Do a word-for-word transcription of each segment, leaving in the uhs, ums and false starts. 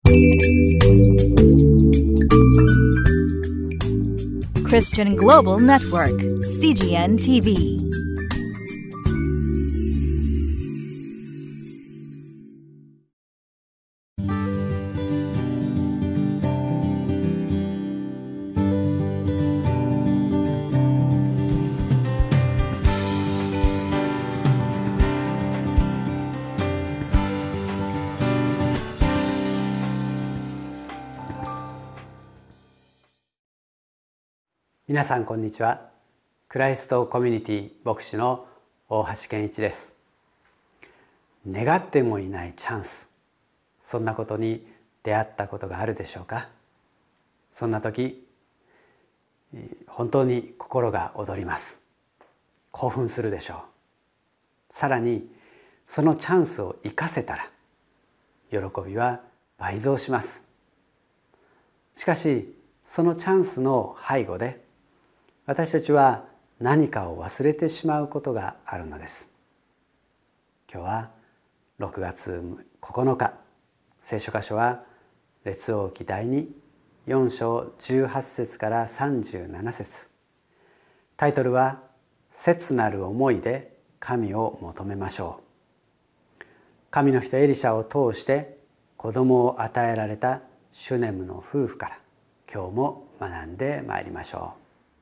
Christian Global Network シージーエヌ ティーブイ。 皆さんこんにちは。クライストコミュニティ牧師の大橋健一です。願ってもいないチャンス、そんなことに出会ったことがあるでしょうか。そんな時本当に心が躍ります。興奮するでしょう。さらにそのチャンスを生かせたら喜びは倍増します。しかしそのチャンスの背後で私たちは何かを忘れてしまうことがあるのです。今日はろくがつここのか、聖書箇所は列王記第によん章じゅうはち節からさんじゅうなな節。タイトルは切なる思いで神を求めましょう。神の人エリシャを通して子供を与えられたシュネムの夫婦から今日も学んでまいりましょう。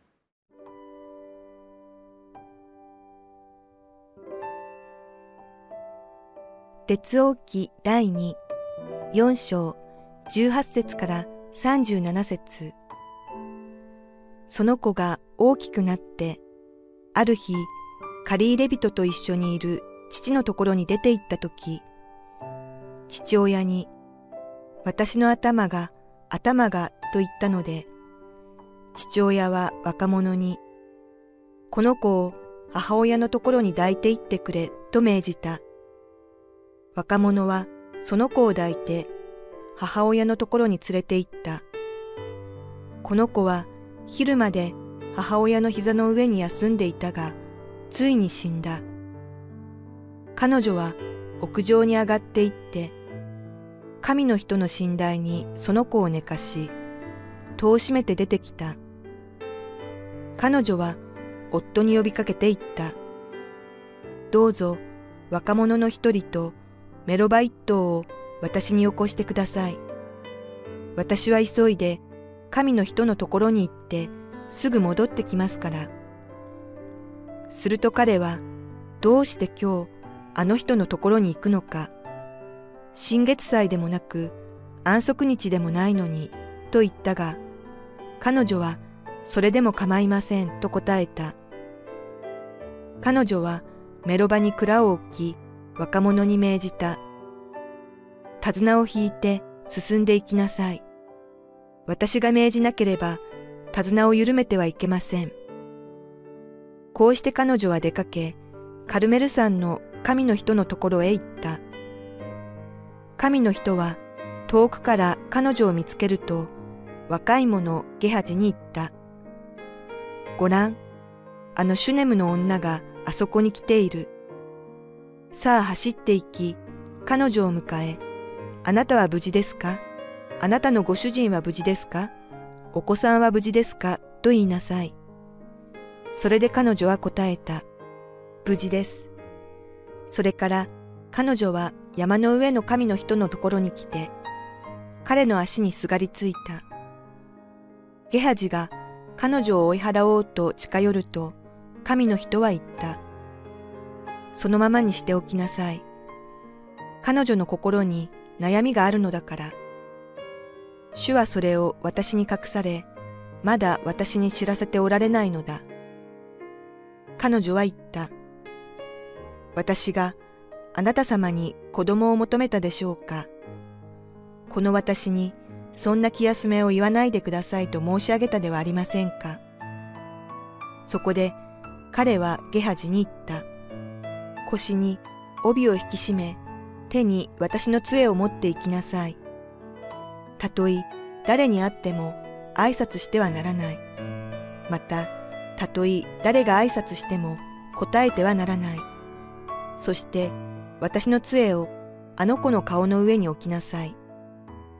列王記第によん章じゅうはち節からさんじゅうなな節。その子が大きくなってある日借り入れ人と一緒にいる父のところに出て行ったとき、父親に私の頭が頭がと言ったので、父親は若者にこの子を母親のところに抱いて行ってくれと命じた。若者はその子を抱いて母親のところに連れて行った。この子は昼まで母親の膝の上に休んでいたが、ついに死んだ。彼女は屋上に上がって行って、神の人の寝台にその子を寝かし、戸を閉めて出てきた。彼女は夫に呼びかけて言った。どうぞ若者の一人とメロバ一頭を私によこしてください。私は急いで神の人のところに行ってすぐ戻ってきますから。すると彼は、どうして今日あの人のところに行くのか。新月祭でもなく安息日でもないのにと言ったが、彼女はそれでも構いませんと答えた。彼女はメロバに蔵を置き、若者に命じた。手綱を引いて進んでいきなさい。私が命じなければ手綱を緩めてはいけません。こうして彼女は出かけ、カルメル山の神の人のところへ行った。神の人は遠くから彼女を見つけると、若い者ゲハジに言った。ごらん、あのシュネムの女があそこに来ている。さあ走って行き、彼女を迎え、あなたは無事ですか？あなたのご主人は無事ですか？お子さんは無事ですか？と言いなさい。それで彼女は答えた。無事です。それから彼女は山の上の神の人のところに来て、彼の足にすがりついた。ゲハジが彼女を追い払おうと近寄ると、神の人は言った。そのままにしておきなさい。彼女の心に悩みがあるのだから。主はそれを私に隠され、まだ私に知らせておられないのだ。彼女は言った。私があなた様に子供を求めたでしょうか。この私にそんな気休めを言わないでくださいと申し上げたではありませんか。そこで彼はゲハジに言った。腰に帯を引き締め、手に私の杖を持って行きなさい。たとえ誰に会っても挨拶してはならない。また、たとえ誰が挨拶しても答えてはならない。そして私の杖をあの子の顔の上に置きなさい。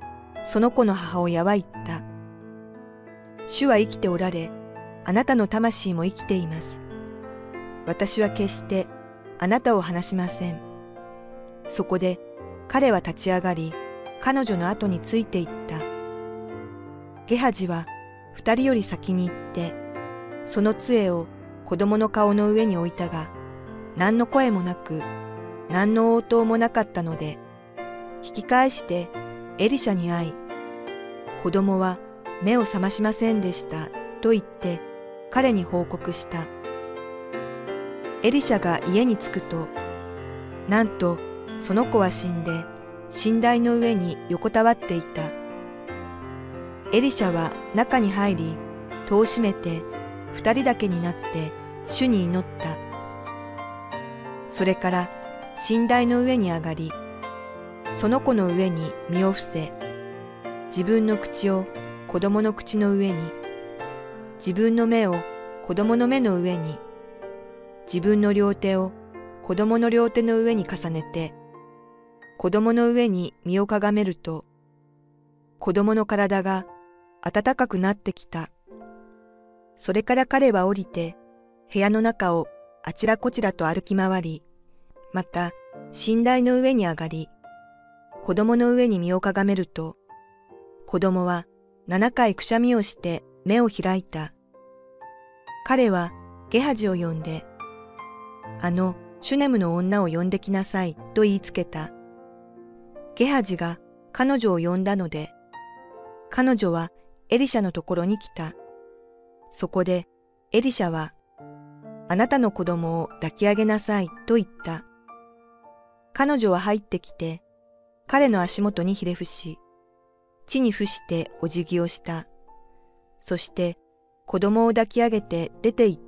その子の母親は言った。主は生きておられ、あなたの魂も生きています。私は決してあなたを離しません。そこで彼は立ち上がり、彼女の後についていった。ゲハジは二人より先に行って、その杖を子供の顔の上に置いたが、何の声もなく、何の応答もなかったので、引き返してエリシャに会い、子供は目を覚ましませんでしたと言って彼に報告した。エリシャが家に着くと、なんとその子は死んで寝台の上に横たわっていた。エリシャは中に入り、戸を閉めて二人だけになって主に祈った。それから寝台の上に上がり、その子の上に身を伏せ、自分の口を子供の口の上に、自分の目を子供の目の上に、自分の両手を子供の両手の上に重ねて、子供の上に身をかがめると、子供の体が暖かくなってきた。それから彼は降りて、部屋の中をあちらこちらと歩き回り、また寝台の上に上がり、子供の上に身をかがめると、子供は七回くしゃみをして目を開いた。彼はゲハジを呼んで、あのシュネムの女を呼んできなさいと言いつけた。ゲハジが彼女を呼んだので、彼女はエリシャのところに来た。そこでエリシャは、あなたの子供を抱き上げなさいと言った。彼女は入ってきて、彼の足元にひれ伏し、地に伏してお辞儀をした。そして子供を抱き上げて出て行った。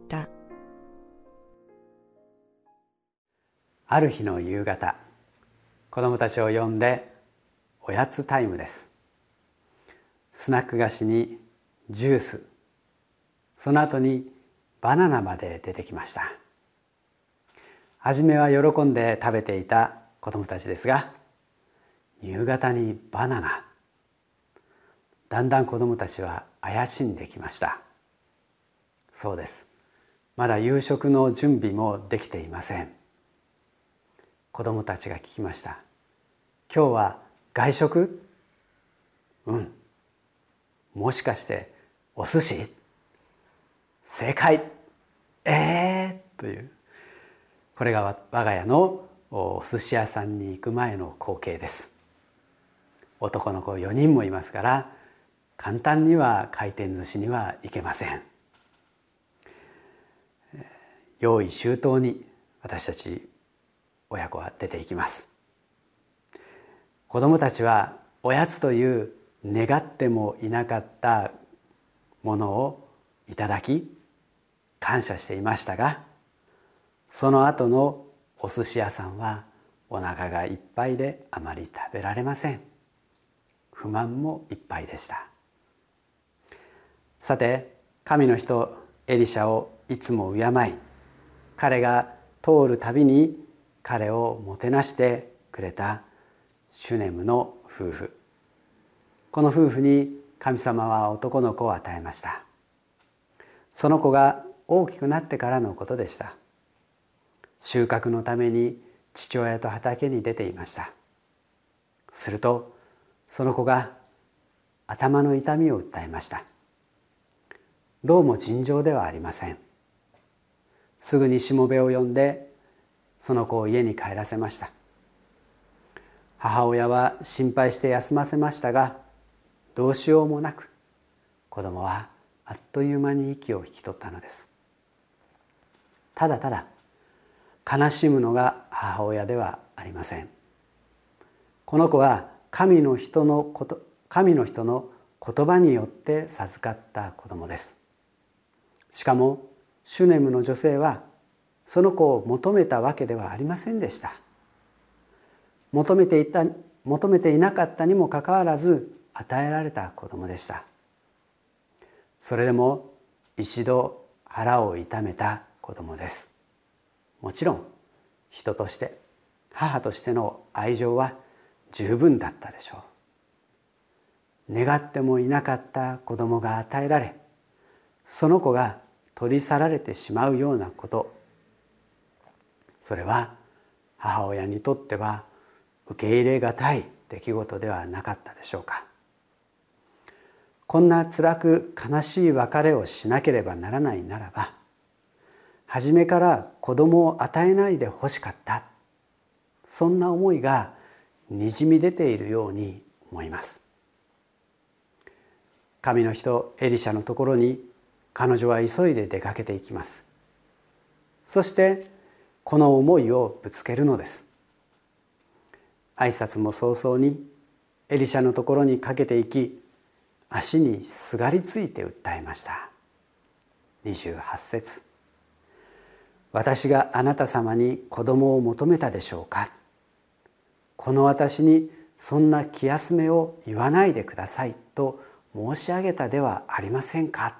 ある日の夕方、子供たちを呼んでおやつタイムです。スナック菓子にジュース、その後にバナナまで出てきました。はじめは喜んで食べていた子供たちですが、夕方にバナナ、だんだん子供たちは怪しんできました。そうです。まだ夕食の準備もできていません。子供たちが聞きました。今日は外食？うん。もしかしてお寿司？正解。ええー、という。これが我が家のお寿司屋さんに行く前の光景です。男の子よにんもいますから、簡単には回転寿司には行けません。用意周到に私たち親子は出ていきます。子どもたちはおやつという願ってもいなかったものをいただき感謝していましたが、その後のお寿司屋さんはお腹がいっぱいであまり食べられません。不満もいっぱいでした。さて、神の人エリシャをいつも敬い、彼が通るたびに彼をもてなしてくれたシュネムの夫婦。この夫婦に神様は男の子を与えました。その子が大きくなってからのことでした。収穫のために父親と畑に出ていました。するとその子が頭の痛みを訴えました。どうも尋常ではありません。すぐにしもべを呼んでその子を家に帰らせました。母親は心配して休ませましたが、どうしようもなく子供はあっという間に息を引き取ったのです。ただただ悲しむのが母親ではありません。この子は神の人のこと、神の人の言葉によって授かった子供です。しかもシュネムの女性はその子を求めたわけではありませんでした。求めていた、求めていなかったにもかかわらず与えられた子供でした。それでも一度腹を痛めた子供です。もちろん人として母としての愛情は十分だったでしょう。 願ってもいなかった子供が与えられ、その子が取り去られてしまうようなこと、それは母親にとっては受け入れがたい出来事ではなかったでしょうか。こんな辛く悲しい別れをしなければならないならば、初めから子供を与えないでほしかった、そんな思いがにじみ出ているように思います。神の人エリシャのところに彼女は急いで出かけていきます。そしてこの思いをぶつけるのです。挨拶も早々にエリシャのところにかけていき、足にすがりついて訴えました。にじゅうはち節、私があなた様に子供を求めたでしょうか。この私にそんな気休めを言わないでくださいと申し上げたではありませんか。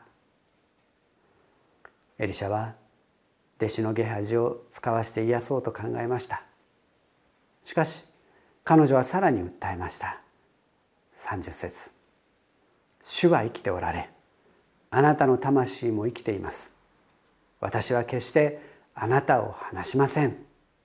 エリシャは弟子のゲハジを使わして癒そうと考えました。しかし彼女はさらに訴えました。さんじゅう節、主は生きておられ、あなたの魂も生きています。私は決してあなたを離しません。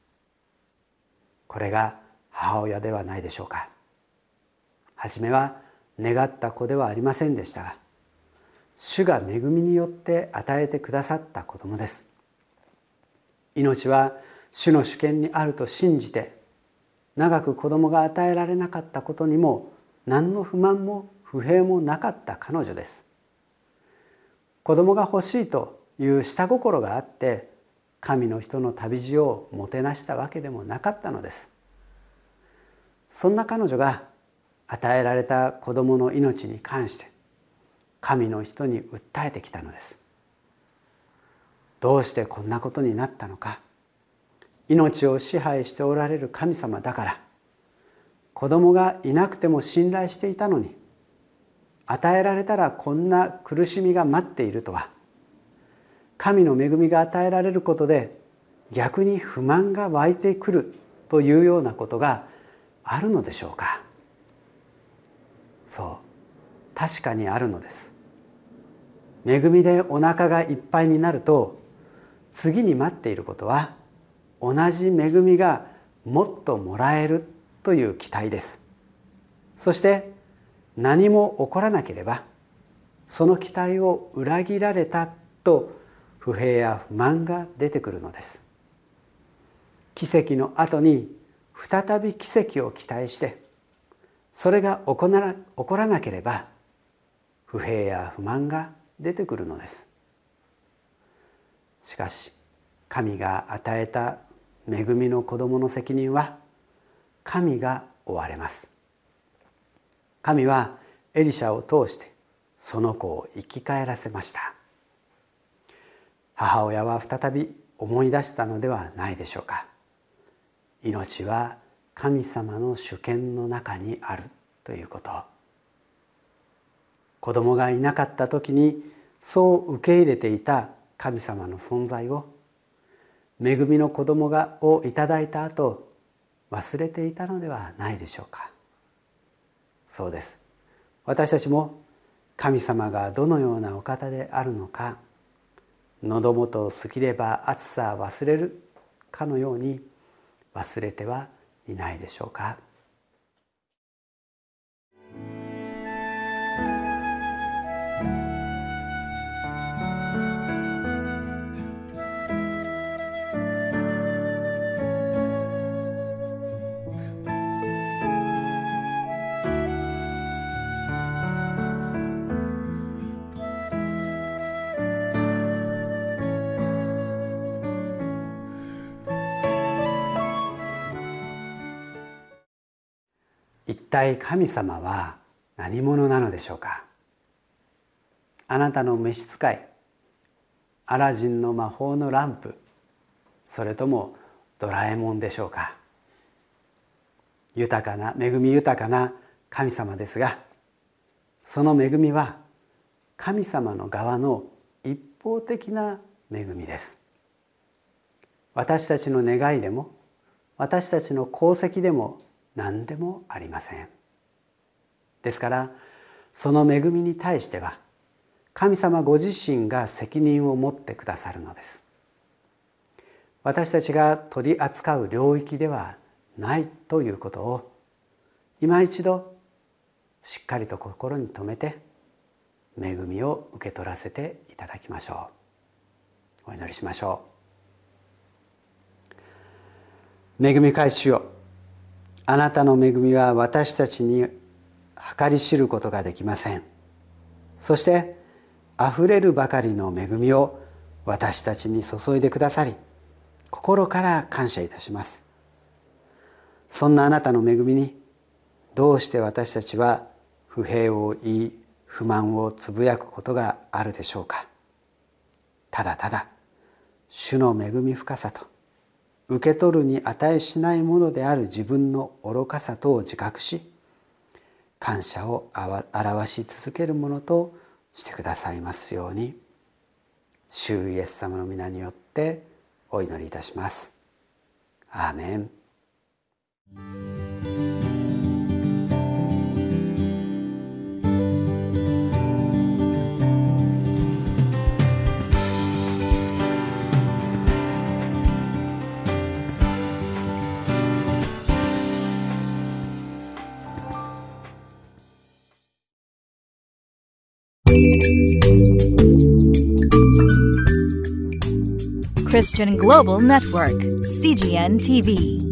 これが母親ではないでしょうか。はじめは願った子ではありませんでしたが、主が恵みによって与えてくださった子供です。命は主の主権にあると信じて、長く子供が与えられなかったことにも何の不満も不平もなかった彼女です。子供が欲しいという下心があって神の人の旅路をもてなしたわけでもなかったのです。そんな彼女が与えられた子供の命に関して神の人に訴えてきたのです。どうしてこんなことになったのか。命を支配しておられる神様だから、子供がいなくても信頼していたのに、与えられたらこんな苦しみが待っているとは、神の恵みが与えられることで逆に不満が湧いてくるというようなことがあるのでしょうか。そう、確かにあるのです。恵みでお腹がいっぱいになると、次に待っていることは同じ恵みがもっともらえるという期待です。そして何も起こらなければその期待を裏切られたと不平や不満が出てくるのです。奇跡の後に再び奇跡を期待して、それが起こら、起こらなければ不平や不満が出てくるのです。しかし神が与えた恵みの子供の責任は神が負われます。神はエリシャを通してその子を生き返らせました。母親は再び思い出したのではないでしょうか。命は神様の主権の中にあるということ。子供がいなかった時にそう受け入れていた神様の存在を、恵みの子供がをいただいた後忘れていたのではないでしょうか。そうです。私たちも神様がどのようなお方であるのか、喉元を過ぎれば暑さ忘れるかのように忘れてはいないでしょうか。一体神様は何者なのでしょうか。あなたの召使い、アラジンの魔法のランプ、それともドラえもんでしょうか。豊かな恵み豊かな神様ですが、その恵みは神様の側の一方的な恵みです。私たちの願いでも私たちの功績でも何でもありません。ですからその恵みに対しては神様ご自身が責任を持ってくださるのです。私たちが取り扱う領域ではないということを今一度しっかりと心に留めて恵みを受け取らせていただきましょう。お祈りしましょう。恵み深い主よ、あなたの恵みは私たちに計り知ることができません。そしてあふれるばかりの恵みを私たちに注いでくださり、心から感謝いたします。そんなあなたの恵みにどうして私たちは不平を言い不満をつぶやくことがあるでしょうか。ただただ主の恵み深さと受け取るに値しないものである自分の愚かさとを自覚し、感謝を表し続けるものとしてくださいますように、主イエス様の皆によってお祈りいたします。アーメン。 Christian Global Network, C G N T V.